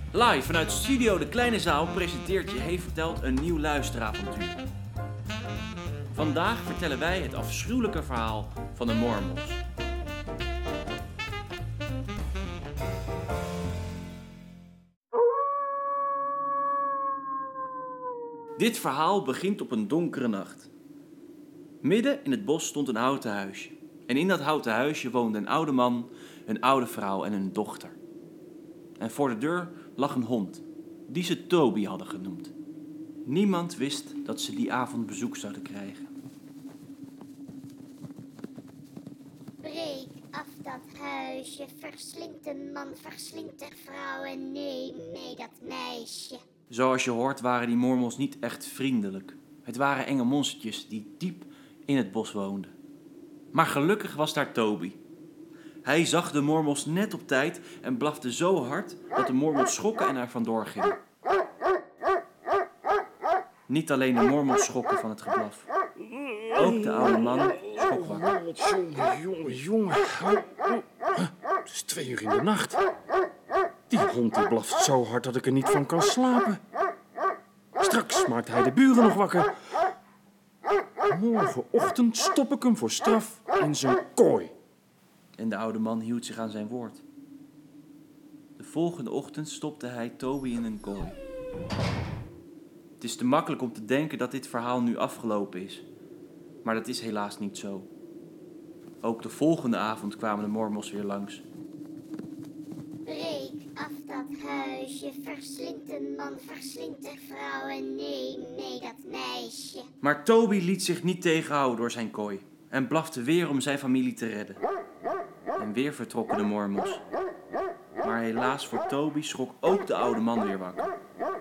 Live vanuit Studio De Kleine Zaal presenteert Je Vertelt een nieuw luisteravontuur. Vandaag vertellen wij het afschuwelijke verhaal van de Mormels. Dit verhaal begint op een donkere nacht. Midden in het bos stond een houten huisje. En in dat houten huisje woonde een oude man, een oude vrouw en een dochter. En voor de deur lag een hond, die ze Toby hadden genoemd. Niemand wist dat ze die avond bezoek zouden krijgen. Breek af dat huisje, verslindt de man, verslindt de vrouw en neem mee dat meisje. Zoals je hoort waren die Mormels niet echt vriendelijk. Het waren enge monstertjes die diep in het bos woonden. Maar gelukkig was daar Toby. Hij zag de Mormels net op tijd en blafte zo hard dat de Mormels schrokken en er vandoor gingen. Niet alleen de Mormels schrokken van het geblaf. Ook de oude man schrok wakker. Jongen. Het is 2 uur in de nacht. Die hond die blaft zo hard dat ik er niet van kan slapen. Straks maakt hij de buren nog wakker. Morgenochtend stop ik hem voor straf in zijn kooi. En de oude man hield zich aan zijn woord. De volgende ochtend stopte hij Toby in een kooi. Het is te makkelijk om te denken dat dit verhaal nu afgelopen is. Maar dat is helaas niet zo. Ook de volgende avond kwamen de Mormels weer langs. Breek af dat huisje, verslindt de man, verslindt de vrouw en neem mee dat meisje. Maar Toby liet zich niet tegenhouden door zijn kooi en blafte weer om zijn familie te redden. En weer vertrokken de Mormels. Maar helaas voor Toby schrok ook de oude man weer wakker.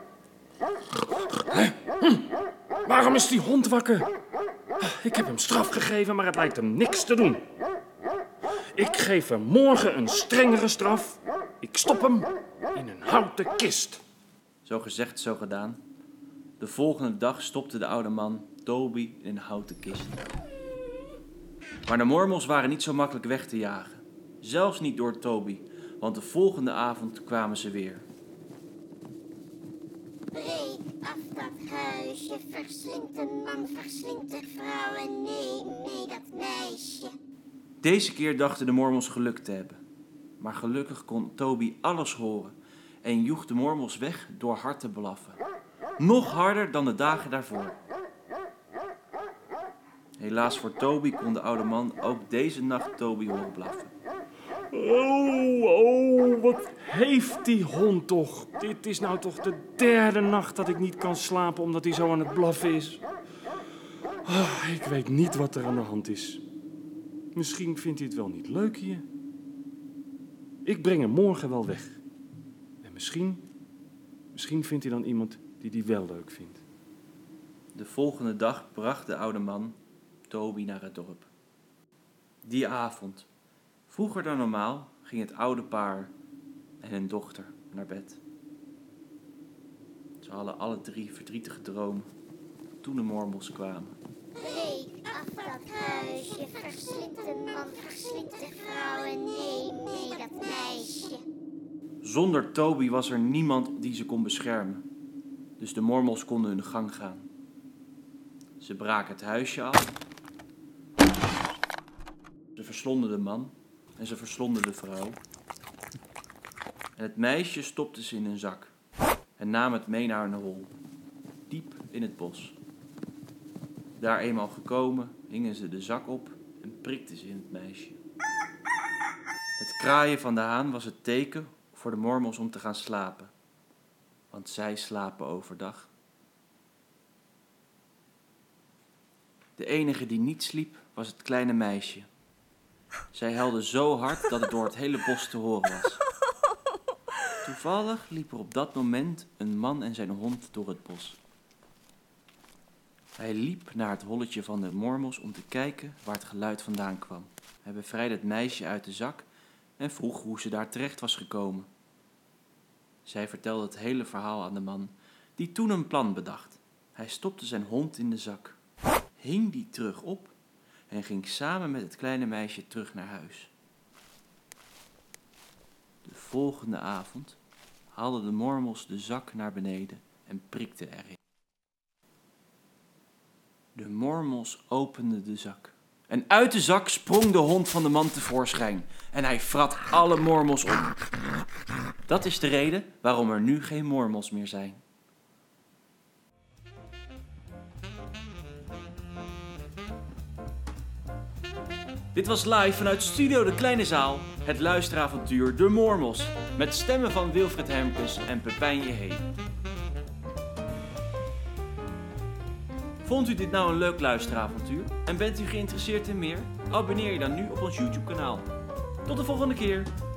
Waarom is die hond wakker? Ik heb hem straf gegeven, maar het lijkt hem niks te doen. Ik geef hem morgen een strengere straf. Ik stop hem in een houten kist. Zo gezegd, zo gedaan. De volgende dag stopte de oude man Toby in een houten kist. Maar de Mormels waren niet zo makkelijk weg te jagen. Zelfs niet door Toby, want de volgende avond kwamen ze weer. Breek af dat huisje, verslindt de man, verslindt de vrouw en neem mee dat meisje. Deze keer dachten de Mormels geluk te hebben. Maar gelukkig kon Toby alles horen en joeg de Mormels weg door hard te blaffen. Nog harder dan de dagen daarvoor. Helaas voor Toby kon de oude man ook deze nacht Toby horen blaffen. Wat heeft die hond toch? Dit is nou toch de 3e nacht dat ik niet kan slapen omdat hij zo aan het blaffen is. Ik weet niet wat er aan de hand is. Misschien vindt hij het wel niet leuk hier. Ik breng hem morgen wel weg. En misschien vindt hij dan iemand die wel leuk vindt. De volgende dag bracht de oude man Toby naar het dorp. Die avond, vroeger dan normaal, ging het oude paar en hun dochter naar bed. Ze hadden alle 3 verdrietige dromen toen de Mormels kwamen. Breek af dat huisje, verslindt de man, verslindt de vrouw en neem mee dat meisje. Zonder Toby was er niemand die ze kon beschermen. Dus de Mormels konden hun gang gaan. Ze braken het huisje af. Ze verslonden de man en ze verslonden de vrouw. En het meisje stopte ze in een zak en nam het mee naar een hol, diep in het bos. Daar eenmaal gekomen, hingen ze de zak op en prikten ze in het meisje. Het kraaien van de haan was het teken voor de Mormels om te gaan slapen, want zij slapen overdag. De enige die niet sliep was het kleine meisje. Zij huilde zo hard dat het door het hele bos te horen was. Toevallig liep er op dat moment een man en zijn hond door het bos. Hij liep naar het holletje van de Mormels om te kijken waar het geluid vandaan kwam. Hij bevrijdde het meisje uit de zak en vroeg hoe ze daar terecht was gekomen. Zij vertelde het hele verhaal aan de man, die toen een plan bedacht. Hij stopte zijn hond in de zak, hing die terug op en ging samen met het kleine meisje terug naar huis. De volgende avond haalde de mormels de zak naar beneden en prikte erin. De mormels openden de zak. En uit de zak sprong de hond van de man tevoorschijn. En hij vrat alle mormels op. Dat is de reden waarom er nu geen mormels meer zijn. Dit was live vanuit Studio De Kleine Zaal, het luisteravontuur De Mormels. Met stemmen van Wilfred Hermkes en Pepijn Jehé. Vond u dit nou een leuk luisteravontuur en bent u geïnteresseerd in meer? Abonneer je dan nu op ons YouTube kanaal. Tot de volgende keer!